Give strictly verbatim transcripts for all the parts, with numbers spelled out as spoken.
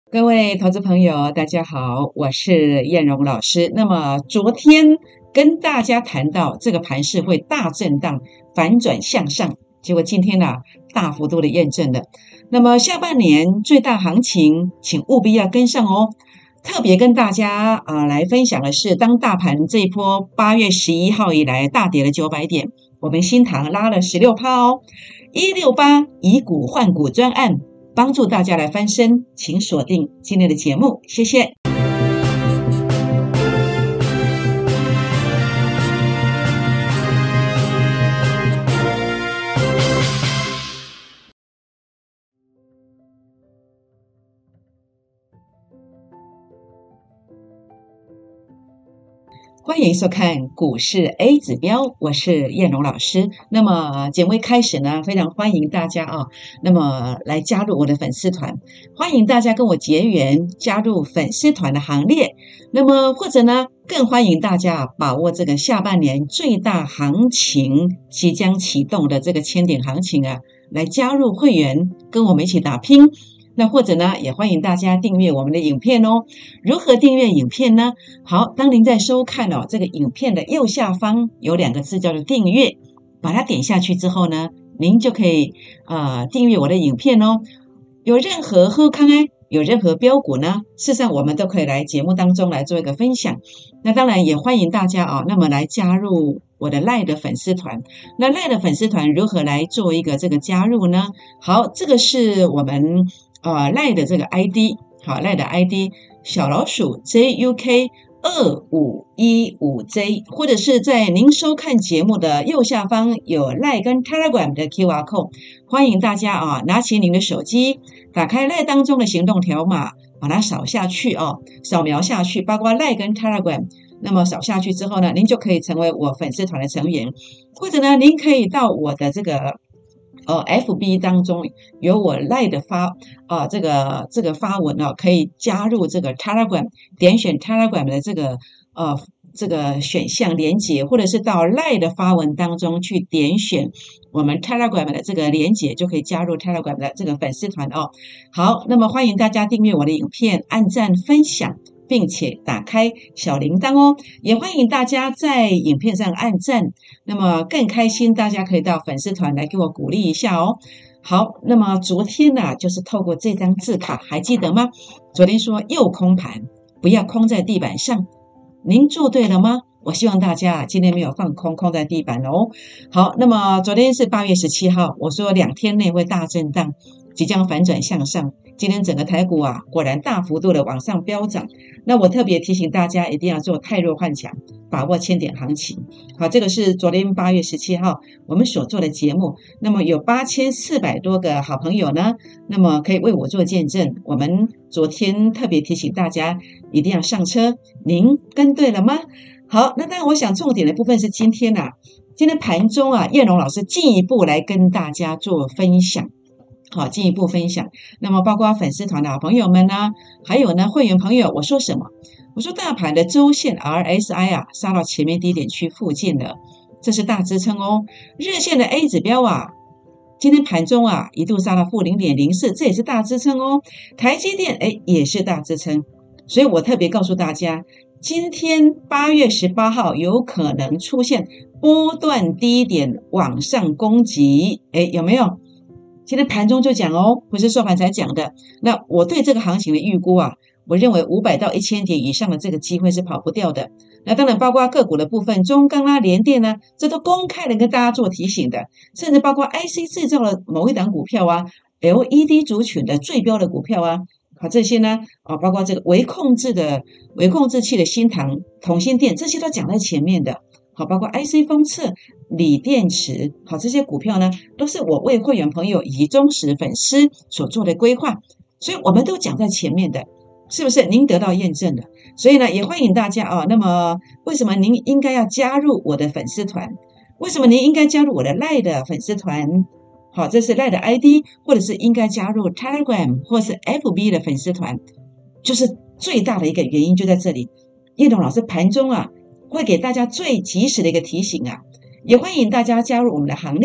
各位投资朋友，大家好，我是燕荣老师。那么昨天跟大家谈到这个盘势会大震荡，反转向上，结果今天呢、啊、大幅度的验证了。那么下半年最大行情，请务必要跟上哦。特别跟大家啊、呃、来分享的是，当大盘这一波八月十一号以来大跌了九百点，我们新唐拉了 百分之十六 哦，一六八以股换股专案。帮助大家来翻身，请锁定今天的节目，谢谢。欢迎收看股市 A 指标，我是燕荣老师。那么节目一开始呢，非常欢迎大家啊，那么来加入我的粉丝团，欢迎大家跟我结缘，加入粉丝团的行列。那么或者呢，更欢迎大家把握这个下半年最大行情即将启动的这个千点行情啊，来加入会员，跟我们一起打拼。那或者呢，也欢迎大家订阅我们的影片哦。如何订阅影片呢？好，当您在收看哦这个影片的右下方有两个字叫做订阅，把它点下去之后呢，您就可以呃订阅我的影片哦。有任何好康哎，有任何标股呢，事实上我们都可以来节目当中来做一个分享。那当然也欢迎大家啊，那么来加入我的 LINE 的粉丝团。那 LINE 的粉丝团如何来做一个这个加入呢？好，这个是我们呃 LINE 的这个 I D， 好 LINE 的 I D 小老鼠 J U K 二五一五 J， 或者是在您收看节目的右下方有 LINE 跟 Telegram 的 Q R code， 欢迎大家啊拿起您的手机，打开 LINE 当中的行动条码，把它扫下去哦，扫描下去，包括 LINE 跟 Telegram。那么扫下去之后呢，您就可以成为我粉丝团的成员，或者呢，您可以到我的这个呃 F B 当中有我 LINE 的发啊、呃、这个这个发文哦，可以加入这个 Telegram， 点选 Telegram 的这个呃这个选项连结，或者是到 LINE 的发文当中去点选我们 Telegram 的这个连结，就可以加入 Telegram 的这个粉丝团哦。好，那么欢迎大家订阅我的影片，按赞分享，并且打开小铃铛哦，也欢迎大家在影片上按赞。那么更开心，大家可以到粉丝团来给我鼓励一下哦。好，那么昨天呢、啊，就是透过这张字卡，还记得吗？昨天说右空盘，不要空在地板上，您做对了吗？我希望大家今天没有放空，空在地板哦。好，那么昨天是八月十七号，我说两天内会大震荡，即将反转向上。今天整个台股啊，果然大幅度的往上飙涨。那我特别提醒大家，一定要做汰弱换强，把握千点行情。好，这个是昨天八月十七号我们所做的节目。那么有八千四百多个好朋友呢，那么可以为我做见证。我们昨天特别提醒大家，一定要上车。您跟对了吗？好，那当然我想重点的部分是今天啊，今天盘中啊，燕荣老师进一步来跟大家做分享。好，进一步分享。那么包括粉丝团的好朋友们呢，还有呢会员朋友，我说什么？我说大盘的周线 R S I 啊，杀到前面低点区附近了，这是大支撑哦。日线的 A 指标啊，今天盘中啊一度杀到负 零点零四， 这也是大支撑哦。台积电哎也是大支撑，所以我特别告诉大家，今天八月十八号有可能出现波段低点往上攻击，哎有没有？今天盘中就讲哦，不是收盘才讲的。那我对这个行情的预估啊，我认为五百到一千点以上的这个机会是跑不掉的。那当然包括个股的部分，中钢啊、联电啊，这都公开的跟大家做提醒的，甚至包括 I C 制造的某一档股票啊 ，L E D 族群的最标的股票啊，好这些呢，啊包括这个微控制的微控制器的新唐、同心电，这些都讲在前面的。好，包括 I C 封测、锂电池，好，这些股票呢，都是我为会员朋友以及忠实粉丝所做的规划，所以我们都讲在前面的，是不是？您得到验证了，所以呢，也欢迎大家啊。那么，为什么您应该要加入我的粉丝团？为什么您应该加入我的 LINE 的粉丝团？好，这是 LINE 的 I D， 或者是应该加入 Telegram 或是 F B 的粉丝团，就是最大的一个原因就在这里。叶董老师盘中啊，会给大家最及时的一个提醒啊，也欢迎大家加入我们的行列。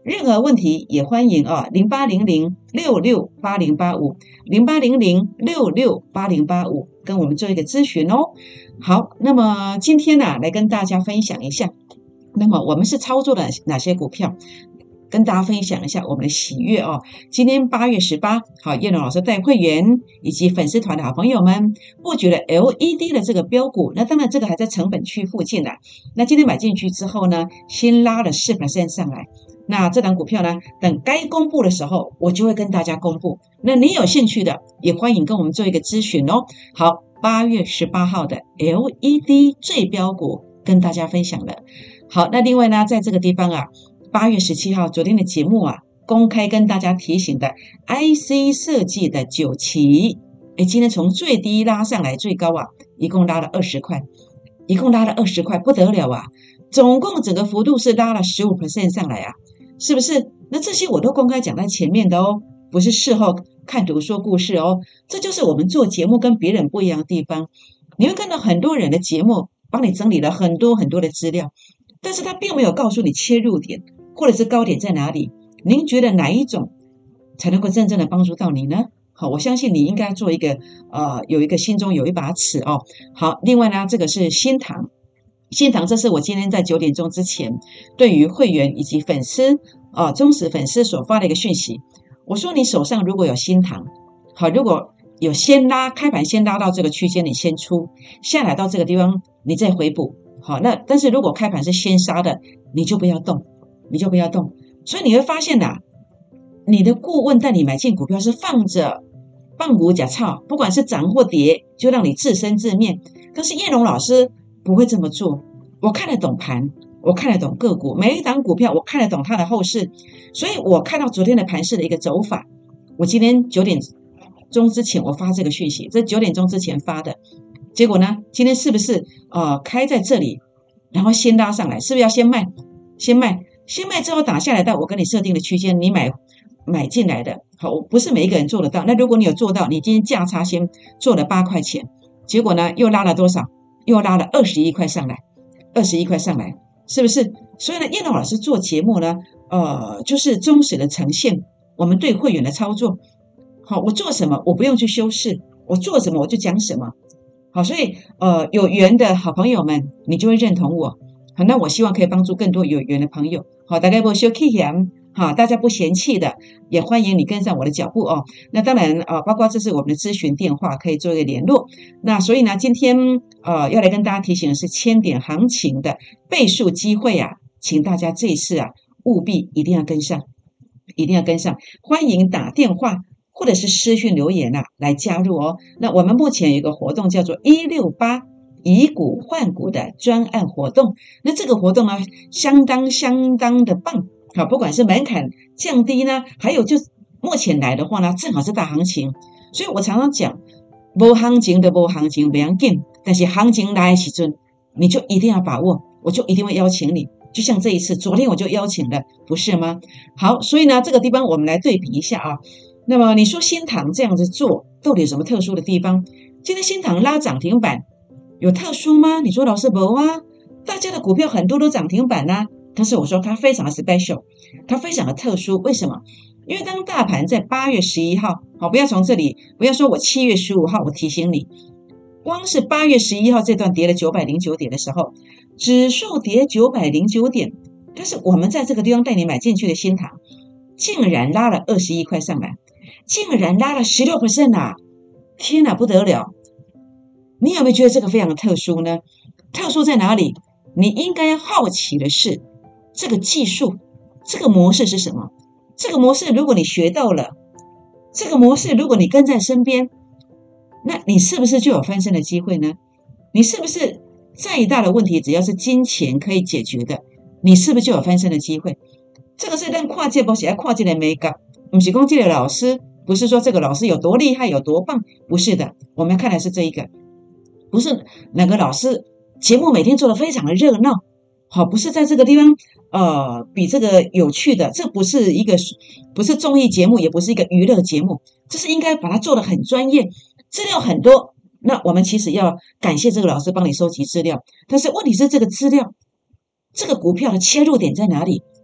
任何问题也欢迎啊，零八零零六六八零八五，零八零零六六八零八五，跟我们做一个咨询哦。好，那么今天呢、啊，来跟大家分享一下，那么我们是操作了哪些股票？跟大家分享一下我们的喜悦哦。今天八月十八，好，叶龙老师带会员以及粉丝团的好朋友们布局了 L E D 的这个标股，那当然这个还在成本区附近啦。那今天买进去之后呢，先拉了 百分之四 上来。那这档股票呢，等该公布的时候，我就会跟大家公布。那你有兴趣的，也欢迎跟我们做一个咨询哦。好，八月十八号的 L E D 最标股跟大家分享了。好，那另外呢，在这个地方啊，八月十七号昨天的节目啊，公开跟大家提醒的 I C 设计的九期，诶，今天从最低拉上来最高啊，一共拉了二十块，一共拉了二十块，不得了啊！总共整个幅度是拉了 百分之十五 上来啊，是不是？那这些我都公开讲在前面的哦，不是事后看图说故事哦。这就是我们做节目跟别人不一样的地方。你会看到很多人的节目帮你整理了很多很多的资料，但是他并没有告诉你切入点或者是高点在哪里。您觉得哪一种才能够真正的帮助到你呢？好，我相信你应该做一个呃，有一个心中有一把尺哦。好，另外呢，这个是新唐。新唐，这是我今天在九点钟之前对于会员以及粉丝啊、呃、忠实粉丝所发的一个讯息。我说你手上如果有新唐，好，如果有先拉开盘先拉到这个区间，你先出下来到这个地方，你再回补。好，那但是如果开盘是先杀的，你就不要动，你就不要动。所以你会发现呐、啊，你的顾问带你买进股票是放着放股假操，不管是涨或跌，就让你自生自灭。但是叶龙老师不会这么做，我看得懂盘，我看得懂个股，每一档股票我看得懂它的后市，所以我看到昨天的盘势的一个走法，我今天九点钟之前我发这个讯息，这九点钟之前发的，结果呢，今天是不是呃开在这里，然后先拉上来，是不是要先卖？先卖，先卖之后打下来到我跟你设定的区间，你买买进来的，好，不是每一个人做得到。那如果你有做到，你今天价差先做了八块钱，结果呢又拉了多少？又拉了二十一块上来，二十一块上来，是不是？所以呢，叶龙老师做节目呢，呃，就是忠实的呈现我们对会员的操作。好，我做什么，我不用去修饰，我做什么我就讲什么。好，所以呃，有缘的好朋友们，你就会认同我。好，那我希望可以帮助更多有缘的朋友。好，大概不修 K M。好，大家不嫌弃的，也欢迎你跟上我的脚步哦。那当然，呃，包括这是我们的咨询电话，可以做一个联络。那所以呢，今天呃要来跟大家提醒的是千点行情的倍数机会啊，请大家这一次啊务必一定要跟上，一定要跟上。欢迎打电话或者是私讯留言啊来加入哦。那我们目前有一个活动叫做一六八以股换股的专案活动，那这个活动呢相当相当的棒。好，不管是门槛降低呢，还有就目前来的话呢，正好是大行情，所以我常常讲，没行情的没行情不要紧，但是行情来的时阵，你就一定要把握，我就一定会邀请你，就像这一次，昨天我就邀请了，不是吗？好，所以呢，这个地方我们来对比一下啊。那么你说新唐这样子做，到底有什么特殊的地方？今天新唐拉涨停板，有特殊吗？你说老师没啊？大家的股票很多都涨停板啊。但是我说它非常的 special， 它非常的特殊，为什么？因为当大盘在八月十一号，好，不要从这里，不要说我七月十五号，我提醒你，光是八月十一号这段跌了九百零九点的时候，指数跌九百零九点，但是我们在这个地方带你买进去的新唐，竟然拉了二十一块上来，竟然拉了 百分之十六 啊！天哪，不得了！你有没有觉得这个非常的特殊呢？特殊在哪里？你应该好奇的是，这个技术，这个模式是什么？这个模式如果你学到了，这个模式如果你跟在身边，那你是不是就有翻身的机会呢？你是不是再大的问题，只要是金钱可以解决的，你是不是就有翻身的机会？这个是让跨界不是要跨界的美感，不是说这个老师，不是说这个老师有多厉害有多棒，不是的，我们看的是这一个，不是哪个老师节目每天做得非常的热闹。好，不是在这个地方，呃，比这个有趣的，这不是一个，不是综艺节目，也不是一个娱乐节目，这是应该把它做得很专业，资料很多。那我们其实要感谢这个老师帮你收集资料，但是问题是这个资料，这个股票的切入点在哪里？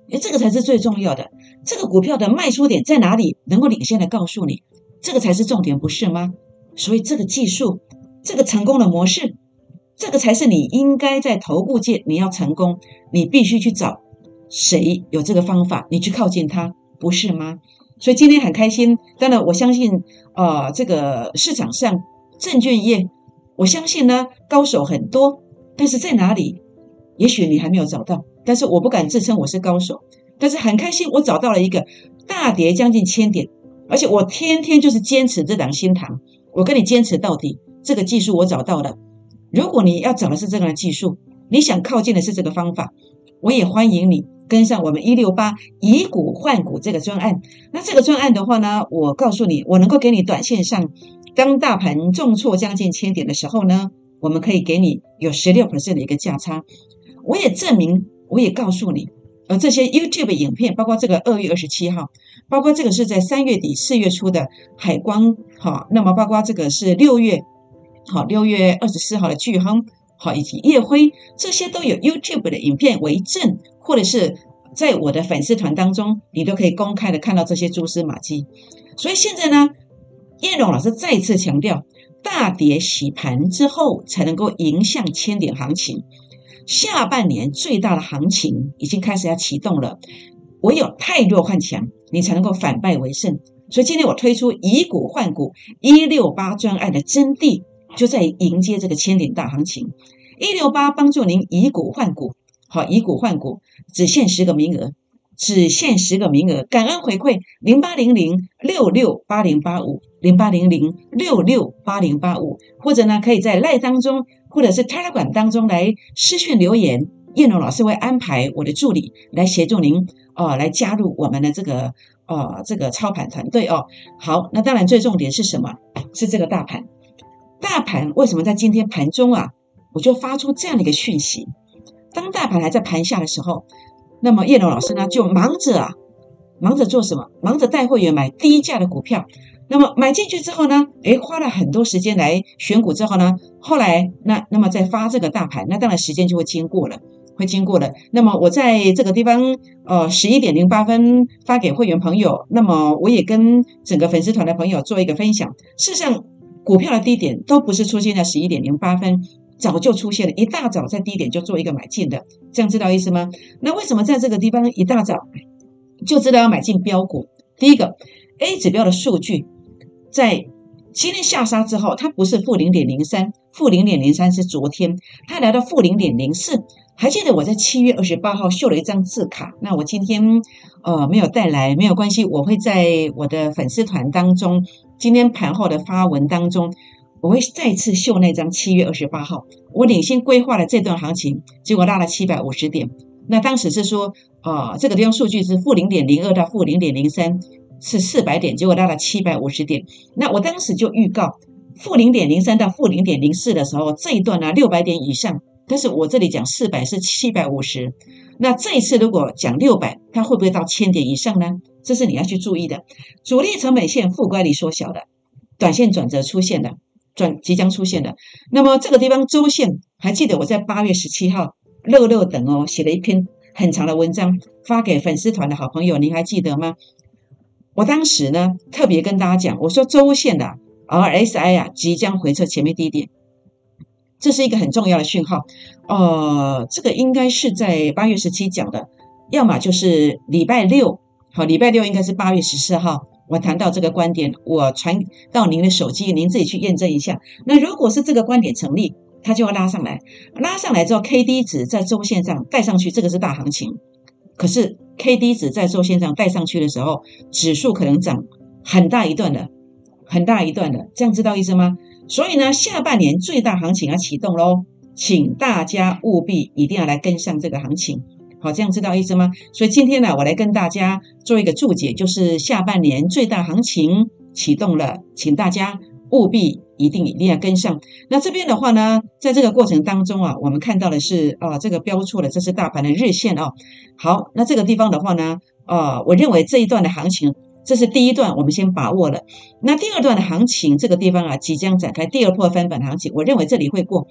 诶，这个才是最重要的。这个股票的卖出点在哪里，能够领先的告诉你，这个才是重点，不是吗？所以这个技术，这个成功的模式，这个才是你应该在投顾界你要成功，你必须去找谁有这个方法，你去靠近他，不是吗？所以今天很开心，当然我相信，呃，这个市场上证券业，我相信呢高手很多，但是在哪里？也许你还没有找到，但是我不敢自称我是高手，但是很开心，我找到了一个大跌将近千点，而且我天天就是坚持这档新塘，我跟你坚持到底，这个技术我找到了。如果你要找的是这样的技术，你想靠近的是这个方法，我也欢迎你跟上我们一六八以股换股这个专案。那这个专案的话呢，我告诉你，我能够给你短线上，当大盘重挫将近千点的时候呢，我们可以给你有 百分之十六 的一个价差。我也证明，我也告诉你，呃，这些 YouTube 影片，包括这个二月二十七号，包括这个是在三月底四月初的海光，好，那么包括这个是六月，好，六月二十四号的巨亨，好，以及夜辉，这些都有 YouTube 的影片为证，或者是在我的粉丝团当中，你都可以公开的看到这些蛛丝马迹。所以现在呢，燕荣老师再次强调，大跌洗盘之后才能够迎向千点行情。下半年最大的行情已经开始要启动了，唯有汰弱换强，你才能够反败为胜。所以今天我推出以股换股一六八专案的真谛，就在迎接这个千点大行情。一六八帮助您以股换股，好，以股换股，只限十个名额，只限十个名额，感恩回馈零八零零六六八零八五 零八零零六六八零八五，或者呢可以在 LINE 当中或者是 Telegram 当中来私讯留言，燕荣老师会安排我的助理来协助您哦，来加入我们的这个哦这个操盘团队哦。好，那当然最重点是什么？是这个大盘。大盘为什么在今天盘中啊，我就发出这样的一个讯息？当大盘还在盘下的时候，那么燕荣老师呢就忙着啊，忙着做什么？忙着带会员买低价的股票。那么买进去之后呢，诶，花了很多时间来选股之后呢，后来那那么再发这个大盘，那当然时间就会经过了，会经过了。那么我在这个地方，呃，十一点零八分发给会员朋友，那么我也跟整个粉丝团的朋友做一个分享。事实上，股票的低点都不是出现在十一点零八分，早就出现了，一大早在低点就做一个买进的，这样知道意思吗？那为什么在这个地方一大早就知道要买进标股？第一个 A 指标的数据在今天下杀之后，它不是负 零点零三， 负 零点零三 是昨天，它来到负 零点零四。还记得我在七月二十八号秀了一张字卡，那我今天呃没有带来，没有关系，我会在我的粉丝团当中，今天盘后的发文当中，我会再次秀那张七月二十八号我领先规划了这段行情，结果拉了七百五十点。那当时是说呃这个地方数据是负 零点零二 到负 零点零三，是四百点，结果拉了七百五十点。那我当时就预告负 零点零三 到负 零点零四 的时候，这一段呢六百点以上，但是我这里讲四百是七百五十，那这一次如果讲六百，它会不会到千点以上呢？这是你要去注意的。主力成本线负乖离缩小的，短线转折出现的，转即将出现的。那么这个地方周线，还记得我在八月十七号乐乐等哦写了一篇很长的文章发给粉丝团的好朋友，您还记得吗？我当时呢特别跟大家讲，我说周线的 R S I 啊即将回测前面低点，这是一个很重要的讯号。呃，这个应该是在八月十七讲的，要么就是礼拜六，好，礼拜六应该是八月十四号，我谈到这个观点，我传到您的手机，您自己去验证一下。那如果是这个观点成立，它就要拉上来，拉上来之后 K D 值在周线上带上去，这个是大行情。可是 K D 值在周线上带上去的时候，指数可能涨很大一段的，很大一段的，这样知道意思吗？所以呢，下半年最大行情要启动咯，请大家务必一定要来跟上这个行情。好，这样知道意思吗？所以今天呢，我来跟大家做一个注解，就是下半年最大行情启动了，请大家务必一定一定要跟上。那这边的话呢，在这个过程当中啊，我们看到的是啊、呃，这个标错了，这是大盘的日线哦。好，那这个地方的话呢，呃，我认为这一段的行情，这是第一段，我们先把握了。那第二段的行情，这个地方啊，即将展开第二波翻版行情，我认为这里会过。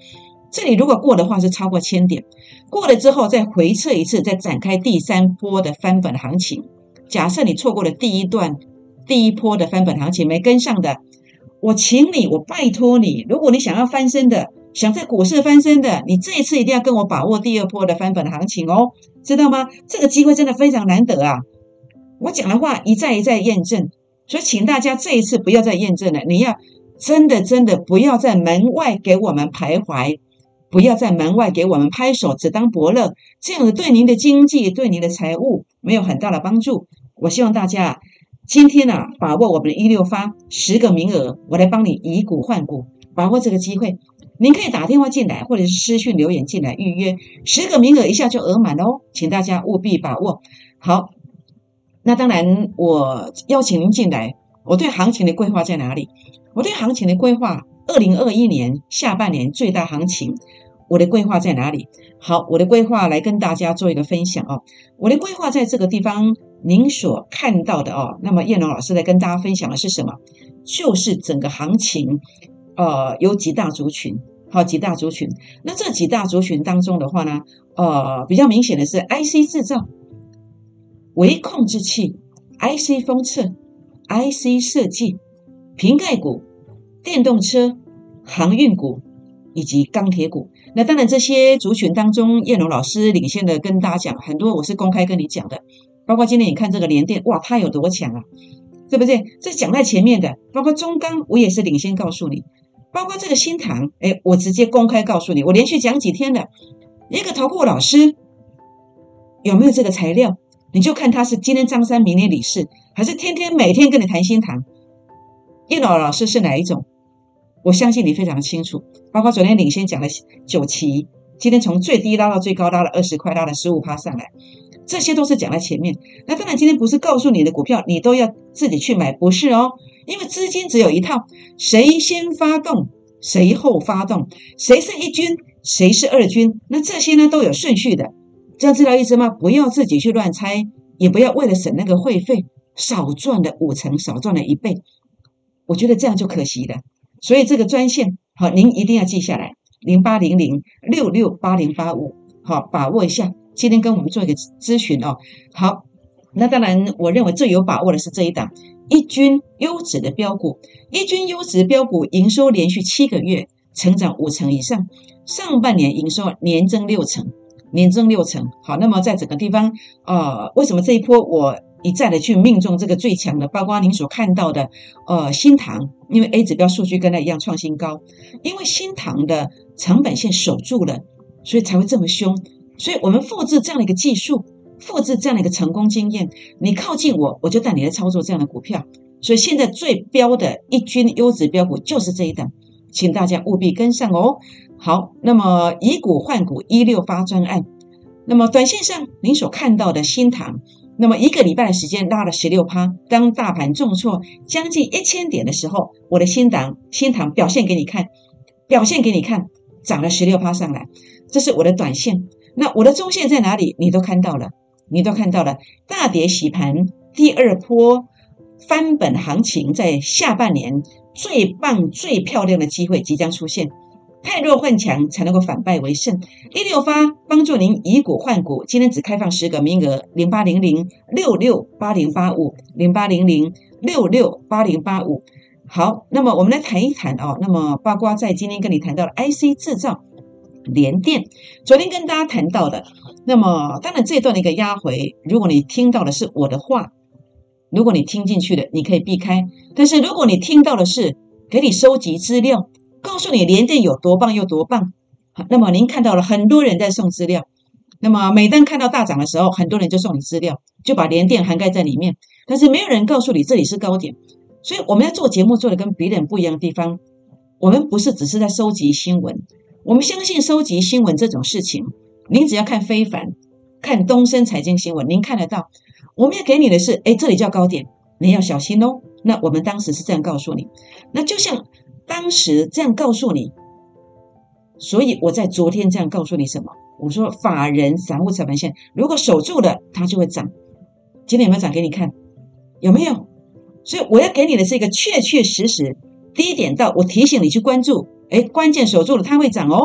这里如果过的话是超过千点，过了之后再回测一次，再展开第三波的翻本行情。假设你错过了第一段第一波的翻本行情没跟上的，我请你，我拜托你，如果你想要翻身的，想在股市翻身的，你这一次一定要跟我把握第二波的翻本的行情哦，知道吗？这个机会真的非常难得啊！我讲的话一再一再验证，所以请大家这一次不要再验证了，你要真的真的不要在门外给我们徘徊，不要在门外给我们拍手，只当伯乐，这样子对您的经济、对您的财务没有很大的帮助。我希望大家今天啊，把握我们的一六发十个名额，我来帮你以股换股，把握这个机会。您可以打电话进来，或者是私讯留言进来预约，十个名额一下就额满哦，请大家务必把握。好，那当然我邀请您进来，我对行情的规划在哪里？我对行情的规划，二零二一年下半年最大行情，我的规划在哪里？好，我的规划来跟大家做一个分享哦。我的规划在这个地方，您所看到的哦，那么叶龙老师来跟大家分享的是什么？就是整个行情。呃，有几大族群，好，几大族群。那这几大族群当中的话呢，呃，比较明显的是 I C 制造、微控制器、I C 封测、I C 设计、瓶盖股、电动车、航运股以及钢铁股。那当然，这些族群当中，叶龙老师领先的跟大家讲，很多我是公开跟你讲的，包括今天你看这个联电，哇，它有多强啊，对不对？这讲在前面的，包括中钢，我也是领先告诉你。包括这个新唐，哎，我直接公开告诉你，我连续讲几天了。一个投顾老师有没有这个材料，你就看他是今天张三，明天李四，还是天天每天跟你谈新唐。叶老老师是哪一种？我相信你非常清楚。包括昨天领先讲的九期，今天从最低拉到最高，拉了二十块，拉了 百分之十五 上来，这些都是讲在前面。那当然，今天不是告诉你的股票，你都要自己去买，不是哦。因为资金只有一套，谁先发动，谁后发动，谁是一军，谁是二军，那这些呢都有顺序的，这样知道意思吗？不要自己去乱猜，也不要为了省那个会费，少赚了五成，少赚了一倍，我觉得这样就可惜了。所以这个专线，好，您一定要记下来，零八零零六六八零八五，好，把握一下。今天跟我们做一个咨询哦。好，那当然，我认为最有把握的是这一档。一军优质的标股，一军优质标股营收连续七个月成长五成以上，上半年营收年增六成，年增六成。好，那么在整个地方，呃，为什么这一波我一再的去命中这个最强的，包括您所看到的，呃，新唐，因为 A 指标数据跟它一样创新高，因为新唐的成本线守住了，所以才会这么凶。所以我们复制这样的一个技术。复制这样的一个成功经验，你靠近我，我就带你来操作这样的股票。所以现在最标的一军优质标股就是这一档，请大家务必跟上哦。好，那么以股换股一六发专案，那么短线上您所看到的新唐，那么一个礼拜的时间拉了 百分之十六， 当大盘重挫将近一千点的时候，我的新唐新唐表现给你看，表现给你看，涨了 百分之十六 上来，这是我的短线。那我的中线在哪里？你都看到了。你都看到了，大跌洗盘，第二波翻本行情在下半年最棒最漂亮的机会即将出现，太弱换强才能够反败为胜。一六发帮助您以股换股，今天只开放十个名额，零八零零六六八零八五，零八零零六六八零八五。好，那么我们来谈一谈哦，那么包括在今天跟你谈到的 I C 制造。联电，昨天跟大家谈到的，那么当然这段的一个压回，如果你听到的是我的话，如果你听进去的，你可以避开；但是如果你听到的是给你收集资料，告诉你联电有多棒又多棒，那么您看到了很多人在送资料，那么每当看到大涨的时候，很多人就送你资料，就把联电涵盖在里面，但是没有人告诉你这里是高点。所以我们要做节目做的跟别人不一样的地方，我们不是只是在收集新闻。我们相信收集新闻这种事情，您只要看非凡，看东森财经新闻，您看得到。我们要给你的是，哎，这里叫高点，你要小心哦。那我们当时是这样告诉你，那就像当时这样告诉你，所以我在昨天这样告诉你什么？我说法人散户成本线如果守住了，它就会涨。今天有没有涨给你看？有没有？所以我要给你的是一个确确实实，低点到我提醒你去关注。哎，关键守住了，它会涨哦。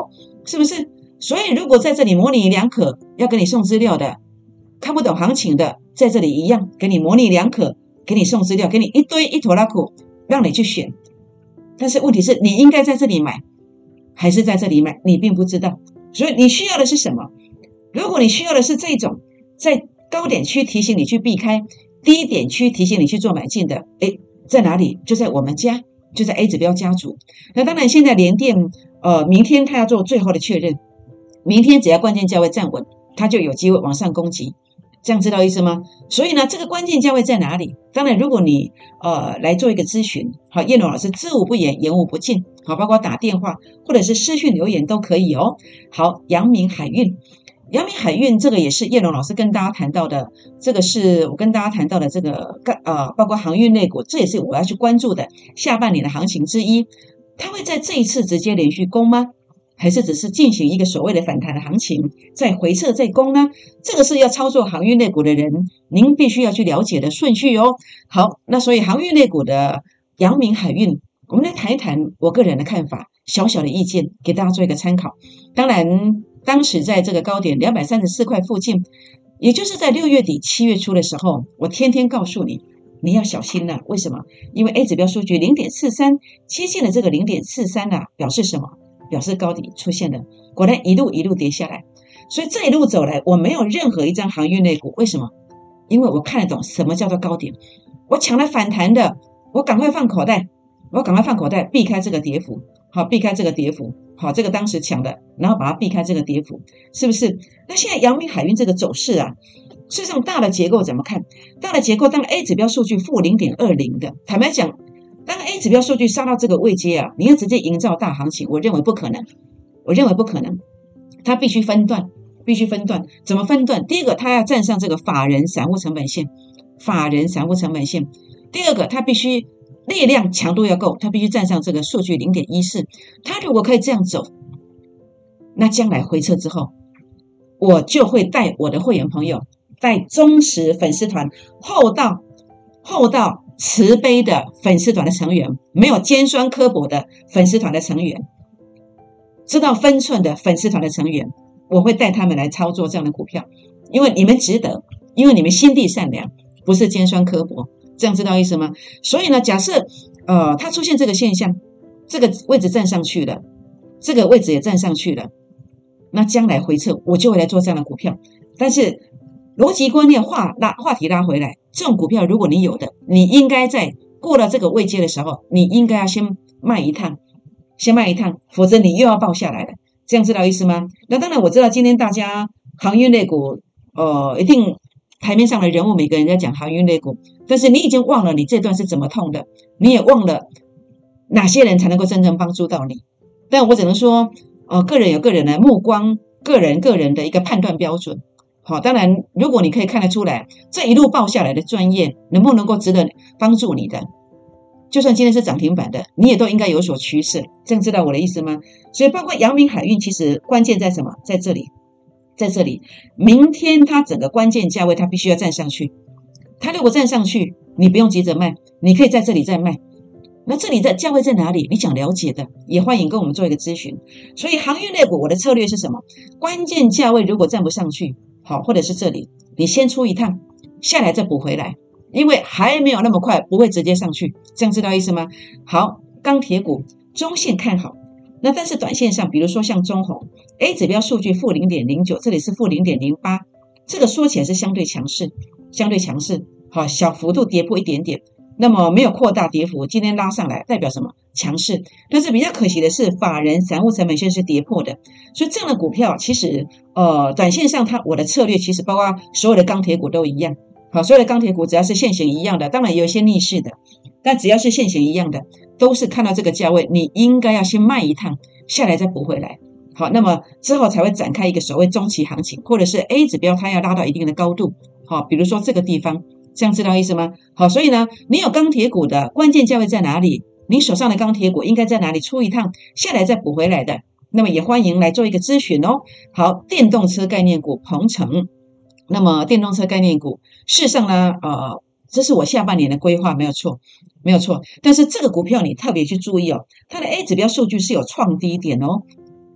是不是？所以如果在这里模棱两可要给你送资料的，看不懂行情的，在这里一样给你模棱两可，给你送资料，给你一堆一坨拉苦让你去选。但是问题是你应该在这里买还是在这里买，你并不知道。所以你需要的是什么？如果你需要的是这种在高点区提醒你去避开，低点区提醒你去做买进的，诶，在哪里？就在我们家，就在 A 指标家族。那当然现在联电呃，明天它要做最后的确认，明天只要关键价位站稳，它就有机会往上攻击。这样知道意思吗？所以呢，这个关键价位在哪里？当然，如果你呃来做一个咨询，好，叶龙老师知无不言，言无不尽，好，包括打电话或者是私讯留言都可以哦。好，阳明海运，阳明海运这个也是叶龙老师跟大家谈到的，这个是我跟大家谈到的这个呃，包括航运类股，这也是我要去关注的下半年的行情之一。它会在这一次直接连续攻吗？还是只是进行一个所谓的反弹的行情，再回撤再攻呢？这个是要操作航运类股的人，您必须要去了解的顺序哦。好，那所以航运类股的阳明海运，我们来谈一谈我个人的看法，小小的意见，给大家做一个参考。当然，当时在这个高点两百三十四块附近，也就是在六月底七月初的时候，我天天告诉你，你要小心了、啊。为什么？因为 A 指标数据 零点四三 切线的这个 零点四三 啊，表示什么？表示高底出现了，果然一路一路跌下来，所以这一路走来，我没有任何一张航运类股，为什么？因为我看得懂什么叫做高点，我抢了反弹的，我赶快放口袋，我赶快放口袋，避开这个跌幅，好，避开这个跌幅，好，这个当时抢的，然后把它避开这个跌幅，是不是？那现在阳明海运这个走势啊，事实上大的结构怎么看？大的结构，当 A 指标数据负 零点二零 的，坦白讲。当 A 指标数据杀到这个位阶啊，你要直接营造大行情，我认为不可能，我认为不可能，它必须分段，必须分段，怎么分段？第一个，它要站上这个法人散户成本线，法人散户成本线；第二个，它必须力量强度要够，它必须站上这个数据 零点一四，它如果可以这样走，那将来回撤之后，我就会带我的会员朋友，带忠实粉丝团厚道厚道。慈悲的粉丝团的成员，没有尖酸刻薄的粉丝团的成员，知道分寸的粉丝团的成员，我会带他们来操作这样的股票，因为你们值得，因为你们心地善良，不是尖酸刻薄，这样知道意思吗？所以呢，假设呃它出现这个现象，这个位置站上去了，这个位置也站上去了，那将来回撤我就会来做这样的股票，但是逻辑观念话拉话题拉回来，这种股票如果你有的，你应该在过了这个位阶的时候，你应该要先卖一趟，先卖一趟，否则你又要爆下来了。这样知道意思吗？那当然我知道今天大家航运类股，呃，一定台面上的人物每个人在讲航运类股，但是你已经忘了你这段是怎么痛的，你也忘了哪些人才能够真正帮助到你。但我只能说，呃，个人有个人的目光，个人个人的一个判断标准。好，当然，如果你可以看得出来，这一路爆下来的专业能不能够值得帮助你的，就算今天是涨停板的，你也都应该有所取舍。这样知道我的意思吗？所以包括阳明海运，其实关键在什么？在这里，在这里，明天它整个关键价位它必须要站上去。它如果站上去，你不用急着卖，你可以在这里再卖。那这里的价位在哪里？你想了解的，也欢迎跟我们做一个咨询。所以航运类股，我的策略是什么？关键价位如果站不上去，好，或者是这里，你先出一趟，下来再补回来，因为还没有那么快，不会直接上去，这样知道意思吗？好，钢铁股中线看好，那但是短线上，比如说像中红 A 指标数据负 零点零九， 这里是负 零点零八， 这个说起来是相对强势，相对强势，好，小幅度跌破一点点，那么没有扩大跌幅，今天拉上来代表什么？强势。但是比较可惜的是，法人散户成本线是跌破的，所以这样的股票其实呃，短线上它我的策略其实包括所有的钢铁股都一样。好，所有的钢铁股只要是线型一样的，当然也有一些逆势的，但只要是线型一样的，都是看到这个价位，你应该要先卖一趟，下来再补回来。好，那么之后才会展开一个所谓中期行情，或者是 A 指标它要拉到一定的高度。好，比如说这个地方。这样知道意思吗？好，所以呢，你有钢铁股的关键价位在哪里？你手上的钢铁股应该在哪里出一趟，下来再补回来的？那么也欢迎来做一个咨询哦。好，电动车概念股鹏程，那么电动车概念股，事实上呢，呃，这是我下半年的规划，没有错，没有错。但是这个股票你特别去注意哦，它的 A 指标数据是有创低点哦。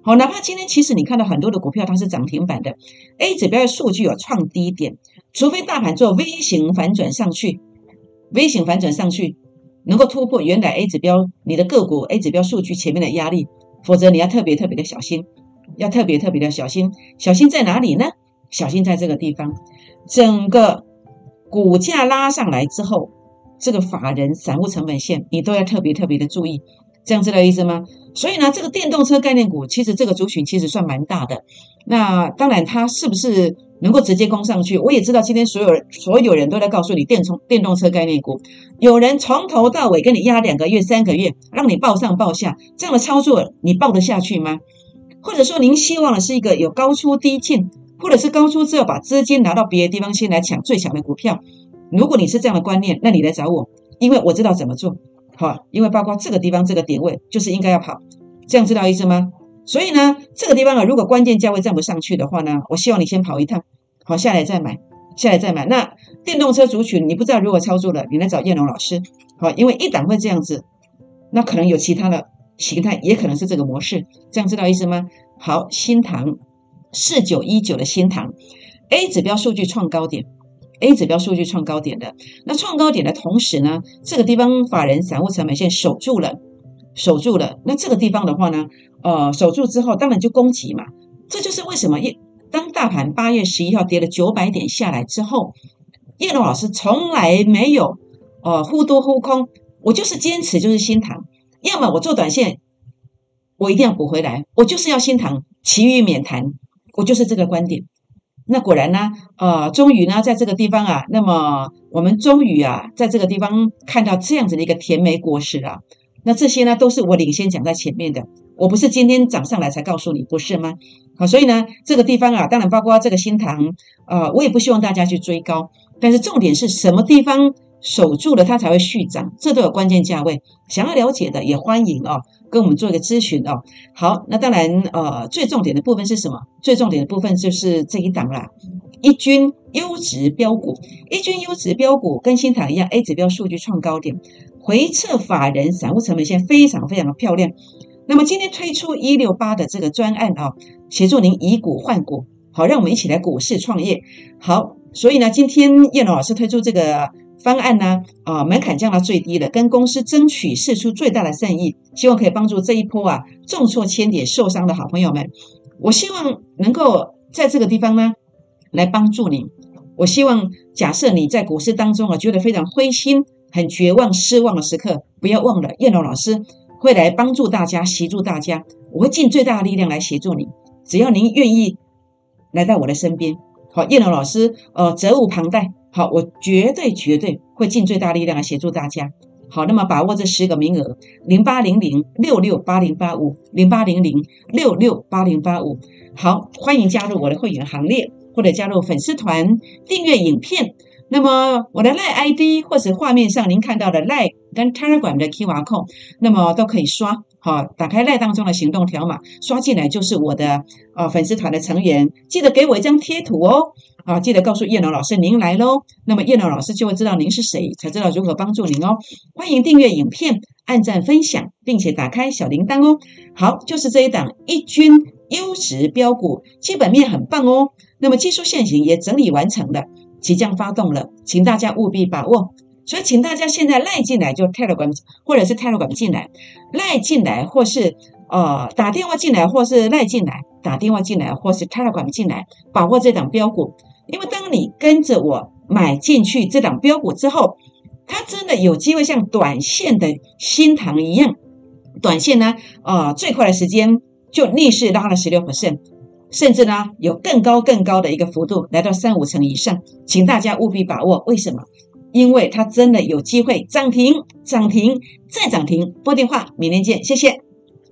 好，哪怕今天其实你看到很多的股票它是涨停板的 ，A 指标的数据有创低点，除非大盘做 V 型反转上去 ，V 型反转上去能够突破原来 A 指标你的个股 A 指标数据前面的压力，否则你要特别特别的小心，要特别特别的小心。小心在哪里呢？小心在这个地方，整个股价拉上来之后，这个法人散户成本线你都要特别特别的注意。这样知道意思吗？所以呢，这个电动车概念股其实这个族群其实算蛮大的。那当然，它是不是能够直接攻上去？我也知道今天所有人所有人都在告诉你电充电动车概念股，有人从头到尾跟你压两个月、三个月，让你抱上抱下，这样的操作你抱得下去吗？或者说您希望的是一个有高出低进，或者是高出之后把资金拿到别的地方先来抢最强的股票？如果你是这样的观念，那你来找我，因为我知道怎么做。好，因为包括这个地方这个点位就是应该要跑，这样知道意思吗？所以呢，这个地方啊，如果关键价位站不上去的话呢，我希望你先跑一趟，好，下来再买，下来再买。那电动车族群你不知道如何操作了，你来找燕龙老师，好，因为一档会这样子，那可能有其他的形态，也可能是这个模式，这样知道意思吗？好，新唐四九一九的新唐 A 指标数据创高点。A 指标数据创高点的，那创高点的同时呢，这个地方法人散户成本线守住了，守住了。那这个地方的话呢，呃，守住之后，当然就攻击嘛。这就是为什么当大盘八月十一号跌了九百点下来之后，叶龙老师从来没有呃忽多忽空，我就是坚持就是新唐，要么我做短线，我一定要补回来，我就是要新唐，其余免谈，我就是这个观点。那果然呢，呃，终于呢，在这个地方啊，那么我们终于啊，在这个地方看到这样子的一个甜美果实啊。那这些呢，都是我领先讲在前面的，我不是今天涨上来才告诉你，不是吗？好，所以呢，这个地方啊，当然包括这个新唐，呃，我也不希望大家去追高，但是重点是什么地方守住了，它才会续涨，这都有关键价位。想要了解的也欢迎哦，跟我们做一个咨询哦。好，那当然呃，最重点的部分是什么？最重点的部分就是这一档啦，一军优质标股，一军优质标股跟新唐一样 ，A 指标数据创高点，回测法人散户成本线非常非常的漂亮。那么今天推出一六八的这个专案啊，协助您以股换股，好，让我们一起来股市创业。好，所以呢，今天叶龙老师推出这个方案呢，啊、呃，门槛降到最低了，跟公司争取释出最大的善意，希望可以帮助这一波啊重挫千点受伤的好朋友们。我希望能够在这个地方呢来帮助你。我希望假设你在股市当中啊觉得非常灰心、很绝望、失望的时刻，不要忘了叶龙老师会来帮助大家、协助大家，我会尽最大的力量来协助你。只要您愿意来到我的身边，好，叶龙老师呃责无旁贷。好，我绝对绝对会尽最大力量来协助大家。好，那么把握这十个名额，零八零零六六八零八五，零八零零六六八零八五。好，欢迎加入我的会员行列，或者加入粉丝团订阅影片。那么我的 LINE I D 或者画面上您看到的 LINE 跟 Telegram 的 Q R code， 那么都可以刷。好，打开 LINE 当中的行动条码，刷进来就是我的呃粉丝团的成员。记得给我一张贴图哦。啊，记得告诉叶龙老师您来咯，那么叶龙老师就会知道您是谁，才知道如何帮助您哦。欢迎订阅影片，按赞分享，并且打开小铃铛哦。好，就是这一档一军优质标股，基本面很棒哦。那么技术线型也整理完成了，即将发动了，请大家务必把握。所以请大家现在赖进来，就 Telegram 或者是 Telegram 进来，赖进来或是呃打电话进来，或是赖进来，打电话进来或是 Telegram 进来，把握这档标股。因为当你跟着我买进去这档标股之后，它真的有机会像短线的新唐一样，短线呢，呃，最快的时间就逆势拉了 百分之十六， 甚至呢有更高更高的一个幅度，来到三五成以上，请大家务必把握。为什么？因为它真的有机会涨停、涨停再涨停。拨电话，明天见，谢谢。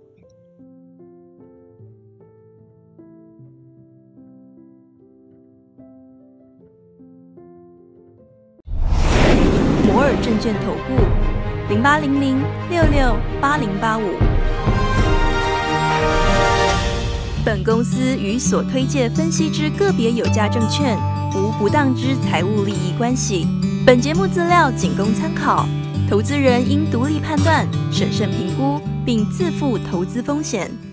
摩尔证券投顾零八零零六六八零八五。本公司与所推介分析之个别有价证券无不当之财务利益关系。本节目资料仅供参考，投资人应独立判断、审慎评估，并自负投资风险。